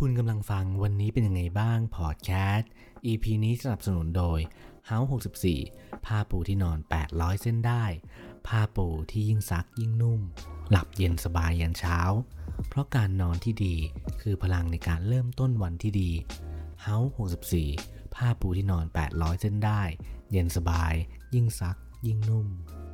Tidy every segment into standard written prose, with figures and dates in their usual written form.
คุณกำลังฟังวันนี้เป็นยังไงบ้างพอดแคสต์ EP นี้สนับสนุนโดย House 64ผ้าปูที่นอน800เส้นได้ผ้าปูที่ยิ่งซักยิ่งนุ่มหลับเย็นสบายยันเช้าเพราะการนอนที่ดีคือพลังในการเริ่มต้นวันที่ดี House 64ผ้าปูที่นอน800เส้นได้เย็นสบายยิ่งซักยิ่งนุ่ม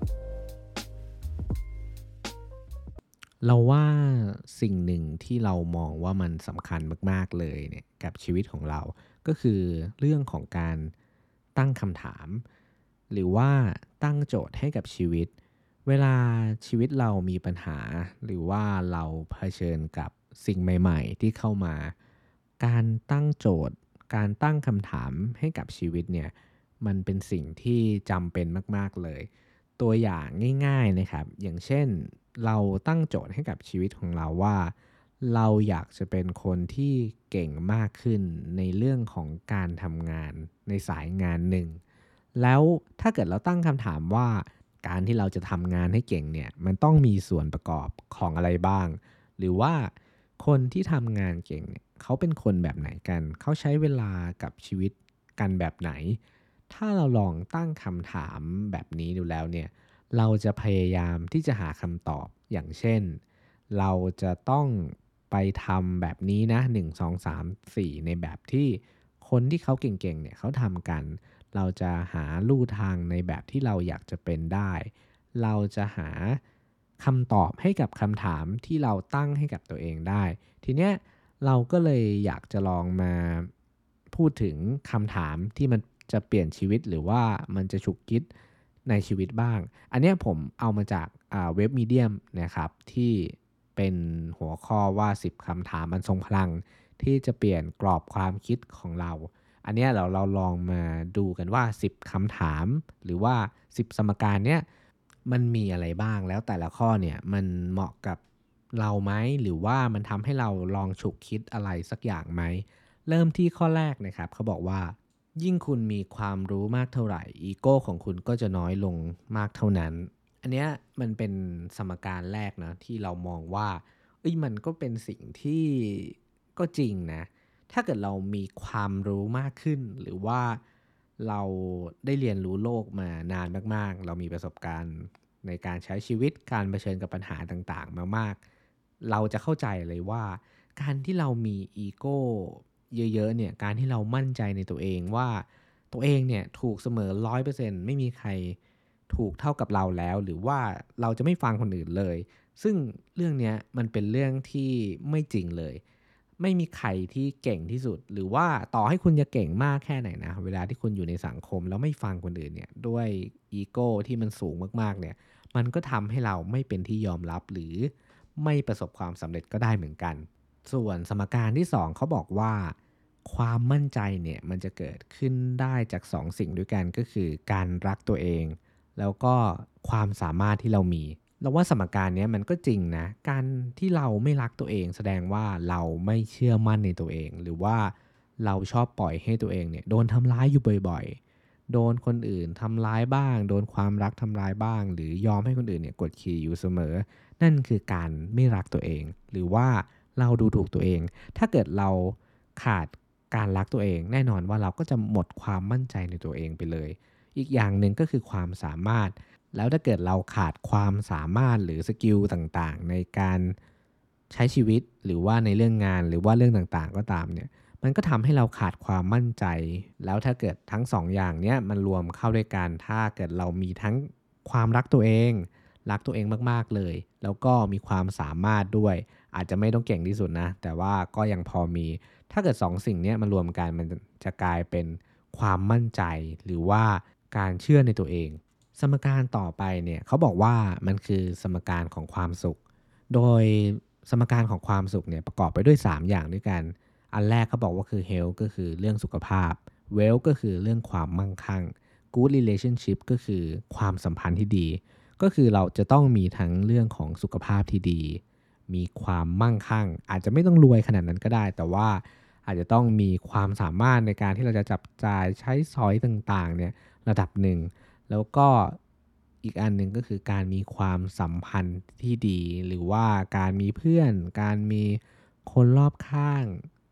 เราว่าสิ่งหนึ่งที่เรามองว่ามันสำคัญมากๆเลยเนี่ยกับชีวิตของเราก็คือเรื่องของการตั้งคำถามหรือว่าตั้งโจทย์ให้กับชีวิตเวลาชีวิตเรามีปัญหาหรือว่าเราเผชิญกับสิ่งใหม่ๆที่เข้ามาการตั้งโจทย์การตั้งคำถามให้กับชีวิตเนี่ยมันเป็นสิ่งที่จำเป็นมากๆเลย ตัวอย่างง่ายๆนะครับอย่างเช่นเราตั้งโจทย์ให้กับชีวิตของเราว่าเราอยากจะเป็นคนที่เก่งมากขึ้นในเรื่องของการทำงานในสายงานหนึ่งแล้วถ้าเกิดเราตั้งคำถามว่าการที่เราจะทำงานให้เก่งเนี่ยมันต้องมีส่วนประกอบของอะไรบ้างหรือว่าคนที่ทำงานเก่งเนี่ยเขาเป็นคนแบบไหนกันเขาใช้เวลากับชีวิตกันแบบไหนถ้าเราลองตั้งคำถามแบบนี้ดูแล้วเนี่ย เราจะพยายามที่จะหาคำตอบอย่างเช่นเราจะต้องไปทำแบบนี้นะ1 2 3 4ในแบบที่คนที่เขาเก่งๆเนี่ยเขาทำกันเราจะหาลู่ทางในแบบที่เราอยากจะเป็นได้เราจะหาคำตอบให้กับคำถามที่เราตั้งให้กับตัวเองได้ทีเนี้ยเราก็เลยอยากจะลองมาพูดถึงคำถามที่มันจะเปลี่ยนชีวิตหรือว่ามันจะฉุกคิดในชีวิตบ้าง อันเนี้ยผมเอามาจากเว็บ Medium นะครับที่เป็นหัวข้อว่า10คำถามอันทรงพลังที่จะเปลี่ยนกรอบความคิดของเราอันเนี้ยเราลองมาดูกันว่า10คำถามหรือว่า10สมการเนี้ยมันมีอะไรบ้างแล้วแต่ละข้อเนี่ยมันเหมาะกับเราไหมหรือว่ามันทำให้เราลองฉุกคิดอะไรสักอย่างไหมเริ่มที่ข้อแรกนะครับเขาบอกว่า ยิ่งคุณมีความรู้มากเท่าไหร่อีโก้ของคุณก็จะน้อยลงมากเท่านั้นอันเนี้ยมันเป็นสมการแรกนะที่เรามองว่ามันก็เป็นสิ่งที่ก็จริงนะถ้าเกิดเรามีความรู้มากขึ้นหรือว่าเราได้เรียนรู้โลกมานานมากๆเรามีประสบการณ์ในการใช้ชีวิตการเผชิญกับปัญหาต่างๆมามากเราจะเข้าใจเลยว่าการที่เรามีอีโก้ เยอะๆเนี่ยการที่เรามั่นใจในตัวเองว่าตัวเองเนี่ยถูกเสมอ100%ไม่มีใครถูกเท่ากับเราแล้วหรือว่าเราจะไม่ฟังคนอื่นเลยซึ่งเรื่องเนี้ยมันเป็นเรื่องที่ไม่จริงเลยไม่มีใครที่เก่งที่สุดหรือว่าต่อให้คุณจะเก่งมากแค่ไหนนะเวลาที่คุณอยู่ในสังคมแล้วไม่ฟังคนอื่นเนี่ยด้วยอีโก้ที่มันสูงมากๆเนี่ยมันก็ทำให้เราไม่เป็นที่ยอมรับหรือไม่ประสบความสำเร็จก็ได้เหมือนกันส่วนสมการที่2เขาบอกว่า ความมั่นใจเนี่ยมันจะเกิดขึ้นได้จาก2สิ่งด้วยกันก็คือการรักตัวเองแล้วก็ความสามารถที่เรามีเราว่าสมการเนี้ยมันก็จริงนะการที่เราไม่รักตัวเองแสดงว่าเราไม่เชื่อมั่นในตัวเองหรือว่าเราชอบปล่อยให้ตัวเองเนี่ยโดนทำร้ายอยู่บ่อยๆโดนคนอื่นทำร้ายบ้างโดนความรักทำร้ายบ้างหรือยอมให้คนอื่นเนี่ยกดขี่อยู่เสมอนั่นคือการไม่รักตัวเองหรือว่าเราดูถูกตัวเองถ้าเกิดเราขาด การรักตัวเองแน่นอนว่าเราก็จะหมดความมั่นใจในตัวเองไปเลยอีกอย่างหนึ่งก็คือความสามารถแล้วถ้าเกิดเราขาดความสามารถหรือสกิลต่างๆในการใช้ชีวิตหรือว่าในเรื่องงานหรือว่าเรื่องต่างๆก็ตามเนี่ยมันก็ทำให้เราขาดความมั่นใจแล้วถ้าเกิดทั้ง2องอย่างเนี้ยมันรวมเข้าด้วยกันถ้าเกิดเรามีทั้งความรักตัวเองรักตัวเองมากๆเลยแล้วก็มีความสามารถด้วยอาจจะไม่ต้องเก่งที่สุดนะแต่ว่าก็ยังพอมี ถ้าเกิด2สิ่งเนี้ยมันรวมกันมันจะกลายเป็นความมั่นใจหรือว่าการเชื่อในตัวเองสมการต่อไปเนี่ยเขาบอกว่ามันคือสมการของความสุขโดยสมการของความสุขเนี่ยประกอบไปด้วย3อย่างด้วยกันอันแรกเขาบอกว่าคือ health ก็คือเรื่องสุขภาพ wealth ก็คือเรื่องความมั่งคั่ง good relationship ก็คือความสัมพันธ์ที่ดีก็คือเราจะต้องมีทั้งเรื่องของสุขภาพที่ดีมีความมั่งคั่งอาจจะไม่ต้องรวยขนาดนั้นก็ได้แต่ว่าอาจจะต้องมีความสามารถในการที่เราจะจับจ่ายใช้สอยต่างๆเนี่ยระดับหนึ่งแล้วก็อีกอันหนึ่งก็คือการมีความสัมพันธ์ที่ดีหรือว่าการมีเพื่อนการมีคนรอบข้างท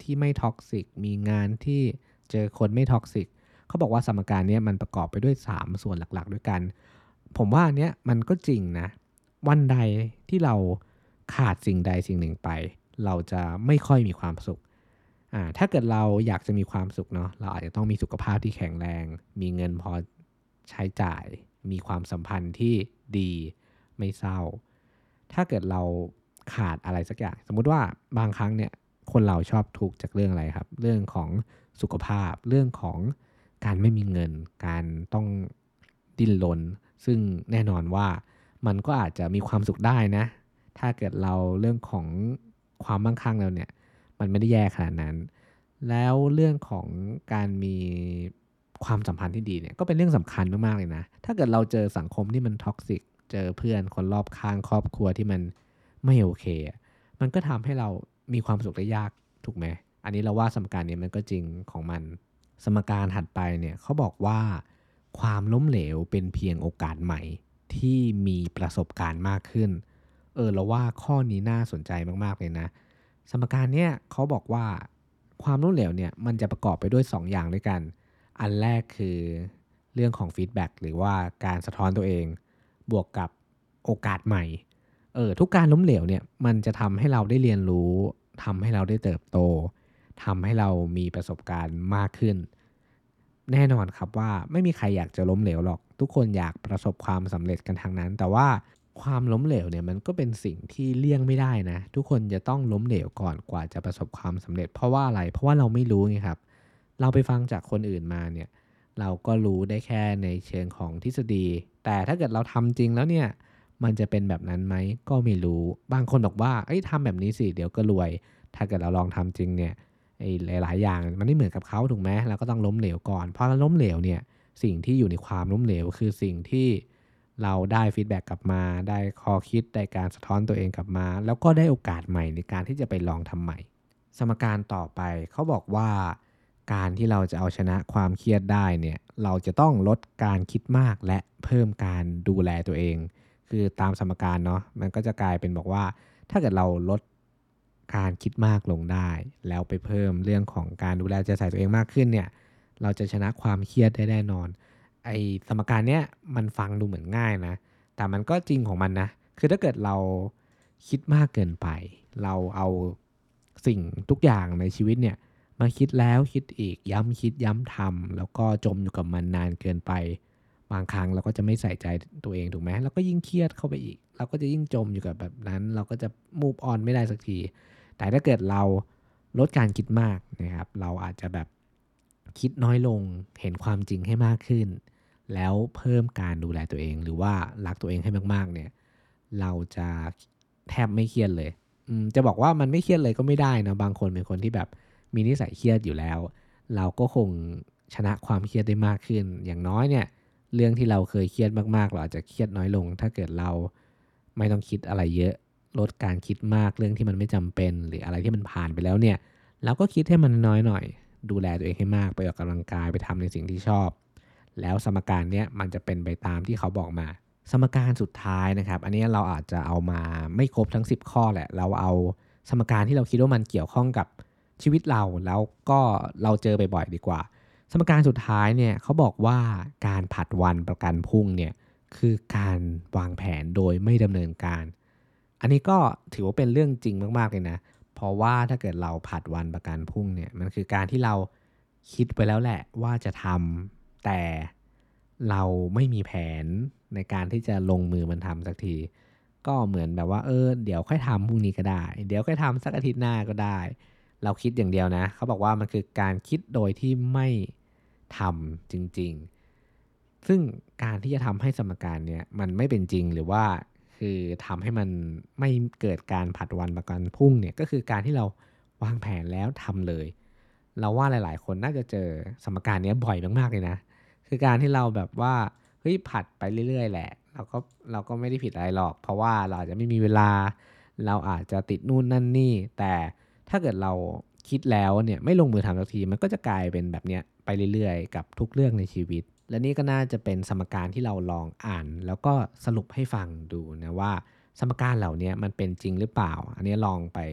ที่ไม่ท็อกซิกมีงานที่เจอคนไม่ท็อกซิกเขาบอกว่าสมการเนี้ยมันประกอบไปด้วย3ส่วนหลักๆด้วยกันผมว่าอันเนี้ยมันก็จริงนะวันใดที่เราขาดสิ่งใดสิ่งหนึ่งไปเราจะไม่ค่อยมีความสุขถ้าเกิดเราอยากจะมีความสุขเนาะเราอาจจะต้องมีสุขภาพที่แข็งแรงมีเงินพอใช้จ่ายมีความสัมพันธ์ที่ดีไม่เศร้าถ้าเกิดเราขาดอะไรสักอย่างสมมุติว่าบางครั้งเนี่ยคนเราชอบทุกข์จากเรื่องอะไรครับเรื่องของสุขภาพเรื่องของการไม่มีเงินการต้องดิ้นรนซึ่งแน่นอนว่ามันก็อาจจะมีความสุขได้นะถ้าเกิดเราเรื่องของความมั่งคั่งเราเนี่ยมันไม่ได้แย่ขนาดนั้นแล้วเรื่องของการมีความสัมพันธ์ที่ดีเนี่ยก็เป็นเรื่องสำคัญมากๆเลยนะถ้าเกิดเราเจอสังคมที่มันท็อกซิกเจอเพื่อนคนรอบข้างครอบครัวที่มันไม่โอเคอะมันก็ทำให้เรามีความสุขได้ยากถูกไหมอันนี้เราว่าสมการนี้มันก็จริงของมันสมการถัดไปเนี่ยเขาบอกว่าความล้มเหลวเป็นเพียงโอกาสใหม่ที่มีประสบการณ์มากขึ้นเราว่าข้อนี้น่าสนใจมากๆเลยนะสมการเนี้ยเขาบอกว่าความล้มเหลวเนี่ยมันจะประกอบไปด้วย2องอย่างด้วยกันอันแรกคือเรื่องของฟีดแบ็กหรือว่าการสะท้อนตัวเองบวกกับโอกาสใหม่ทุกการล้มเหลวเนี่ยมันจะทำให้เราได้เรียนรู้ทำให้เราได้เติบโตทำให้เรามีประสบการณ์มากขึ้นแน่นอนครับว่าไม่มีใครอยากจะล้มเหลวหรอกทุกคนอยากประสบความสำเร็จกันทั้งนั้นแต่ว่าความล้มเหลวเนี่ยมันก็เป็นสิ่งที่เลี่ยงไม่ได้นะทุกคนจะต้องล้มเหลวก่อนกว่าจะประสบความสำเร็จเพราะว่าอะไรเพราะว่าเราไม่รู้ไงครับเราไปฟังจากคนอื่นมาเนี่ยเราก็รู้ได้แค่ในเชิงของทฤษฎีแต่ถ้าเกิดเราทำจริงแล้วเนี่ยมันจะเป็นแบบนั้นไหมก็ไม่รู้บางคนบอกว่าเอ้ยทำแบบนี้สิเดี๋ยวก็รวยถ้าเกิดเราลองทำจริงเนี่ยไอ้หลายๆอย่างมันไม่เหมือนกับเขาถูกไหมเราก็ต้องล้มเหลวก่อนพอเราล้มเหลวเนี่ยสิ่งที่อยู่ในความล้มเหลวคือสิ่งที่เราได้ฟีดแบ็กกลับมาได้ข้อคิดได้การสะท้อนตัวเองกลับมาแล้วก็ได้โอกาสใหม่ในการที่จะไปลองทำใหม่สมการต่อไปเขาบอกว่าการที่เราจะเอาชนะความเครียดได้เนี่ยเราจะต้องลดการคิดมากและเพิ่มการดูแลตัวเองคือตามสมการเนาะมันก็จะกลายเป็นบอกว่าถ้าเกิดเราลดการคิดมากลงได้แล้วไปเพิ่มเรื่องของการดูแลใจใส่ตัวเองมากขึ้นเนี่ยเราจะชนะความเครียดได้แน่นอนไอ้สมการเนี้ยมันฟังดูเหมือนง่ายนะแต่มันก็จริงของมันนะคือถ้าเกิดเราคิดมากเกินไปเราเอาสิ่งทุกอย่างในชีวิตเนี่ยมาคิดแล้วคิดอีกย้ำคิดย้ำทำแล้วก็จมอยู่กับมันนานเกินไปบางครั้งเราก็จะไม่ใส่ใจตัวเองถูกไหมเราก็ยิ่งเครียดเข้าไปอีกเราก็จะยิ่งจมอยู่กับแบบนั้นเราก็จะ move on ไม่ได้สักทีแต่ถ้าเกิดเราลดการคิดมากนะครับเราอาจจะแบบคิดน้อยลงเห็นความจริงให้มากขึ้นแล้วเพิ่มการดูแลตัวเองหรือว่ารักตัวเองให้มากๆเนี่ยเราจะแทบไม่เครียดเลยจะบอกว่ามันไม่เครียดเลยก็ไม่ได้นะบางคนเป็นคนที่แบบมีนิสัยเครียดอยู่แล้วเราก็คงชนะความเครียดได้มากขึ้นอย่างน้อยเนี่ยเรื่องที่เราเคยเครียดมากๆเราอาจจะเครียดน้อยลงถ้าเกิดเราไม่ต้องคิดอะไรเยอะลดการคิดมากเรื่องที่มันไม่จำเป็นหรืออะไรที่มันผ่านไปแล้วเนี่ยเราก็คิดให้มันน้อยหน่อยดูแลตัวเองให้มากไปออกกำลังกายไปทำในสิ่งที่ชอบแล้วสมการเนี้ยมันจะเป็นไปตามที่เขาบอกมาสมการสุดท้ายนะครับอันนี้เราอาจจะเอามาไม่ครบทั้ง10ข้อแหละเราเอาสมการที่เราคิดว่ามันเกี่ยวข้องกับชีวิตเราแล้วก็เราเจอบ่อยๆดีกว่าสมการสุดท้ายเนี่ยเขาบอกว่าการผัดวันประกันพรุ่งเนี่ยคือการวางแผนโดยไม่ดำเนินการอันนี้ก็ถือว่าเป็นเรื่องจริงมากๆเลยนะเพราะว่าถ้าเกิดเราผัดวันประกันพรุ่งเนี่ยมันคือการที่เราคิดไว้แล้วแหละว่าจะทำแต่เราไม่มีแผนในการที่จะลงมือมันทำสักทีก็เหมือนแบบว่าเดี๋ยวค่อยทำพรุ่งนี้ก็ได้เดี๋ยวค่อยทำสักอาทิตย์หน้าก็ได้เราคิดอย่างเดียวนะเขาบอกว่ามันคือการคิดโดยที่ไม่ทำจริงๆซึ่งการที่จะทำให้สมการเนี้ยมันไม่เป็นจริงหรือว่าคือทำให้มันไม่เกิดการผัดวันประกันพรุ่งเนี่ยก็คือการที่เราวางแผนแล้วทำเลยเราว่าหลายๆคนน่าจะเจอสมการเนี้ยบ่อยมากๆเลยนะ คือการที่เราแบบว่าเฮ้ยผัดไปเรื่อยๆแหละเราก็ไม่ได้ผิดอะไรหรอกเพราะว่าเราอาจจะไม่มีเวลาเราอาจจะติดนู่นนั่นนี่แต่ถ้าเกิดเราคิดแล้วเนี่ยไม่ลงมือทำสักทีมันก็จะกลายเป็นแบบเนี้ยไปเรื่อยๆกับทุกเรื่องในชีวิตและนี่ก็น่าจะเป็นสมการที่เราลองอ่านแล้วก็สรุปให้ฟังดูนะว่าสมการเหล่าเนี้ยมันเป็นจริงหรือเปล่าอันนี้ลองไป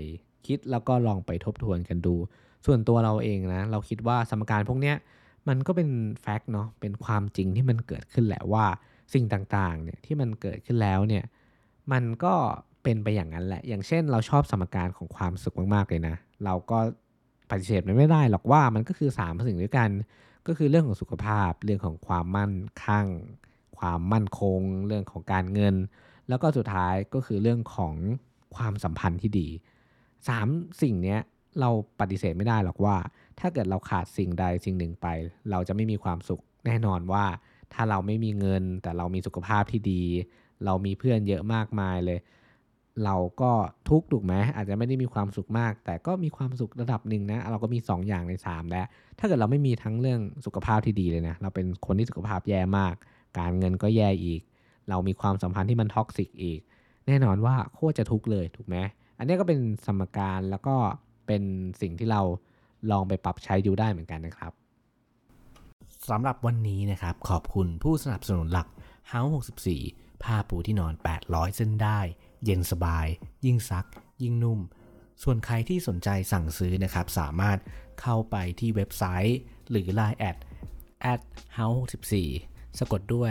คิดแล้วก็ลองไปทบทวนกันดูส่วนตัวเราเองนะเราคิดว่าสมการพวกเนี้ยมันก็เป็นแฟกต์เนาะเป็นความจริงที่มันเกิดขึ้นแหละว่าสิ่งต่างๆเนี่ยที่มันเกิดขึ้นแล้วเนี่ยมันก็เป็นไปอย่างนั้นแหละอย่างเช่นเราชอบสมการของความสุขมากๆเลยนะเราก็ปฏิเสธมันไม่ได้หรอกว่ามันก็คือ3สิ่งด้วยกันก็คือเรื่องของสุขภาพเรื่องของความมั่นคั่งความมั่นคงเรื่องของการเงินแล้วก็สุดท้ายก็คือเรื่องของความสัมพันธ์ที่ดี3สิ่งเนี้ยเราปฏิเสธไม่ได้หรอกว่าถ้าเกิดเราขาดสิ่งใดสิ่งหนึ่งไปเราจะไม่มีความสุขแน่นอนว่าถ้าเราไม่มีเงินแต่เรามีสุขภาพที่ดีเรามีเพื่อนเยอะมากมายเลยเราก็ทุกข์ถูกไหมอาจจะไม่ได้มีความสุขมากแต่ก็มีความสุขระดับหนึ่งนะเราก็มี2อย่างใน3แล้วถ้าเกิดเราไม่มีทั้งเรื่องสุขภาพที่ดีเลยนะเราเป็นคนที่สุขภาพแย่มากการเงินก็แย่อีกเรามีความสัมพันธ์ที่มันท็อกซิกอีกแน่นอนว่าโคตรจะทุกข์เลยถูกไหมอันนี้ก็เป็นสมการแล้วก็เป็นสิ่งที่เราลองไปปรับใช้ดูได้เหมือนกันนะครับสำหรับวันนี้นะครับขอบคุณผู้สนับสนุนหลัก House 64ผ้าปูที่นอน800เส้นได้เย็นสบายยิ่งซักยิ่งนุ่มส่วนใครที่สนใจสั่งซื้อนะครับสามารถเข้าไปที่เว็บไซต์หรือ Line @house 64สะกดด้วย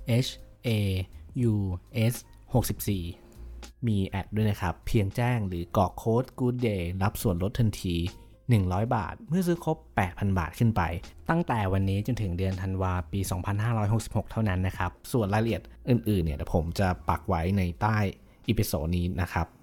HAUS 64มีแอดด้วยนะครับเพียงแจ้งหรือกรอกโค้ด Good Day รับส่วนลดทันที100 บาทเมื่อซื้อครบ 8,000 บาทขึ้นไปตั้งแต่วันนี้จนถึงเดือนธันวาปี 2566 เท่านั้นนะครับส่วนรายละเอียดอื่นๆเนี่ยเดี๋ยวผมจะปักไว้ในใต้อีพิโซดนี้นะครับ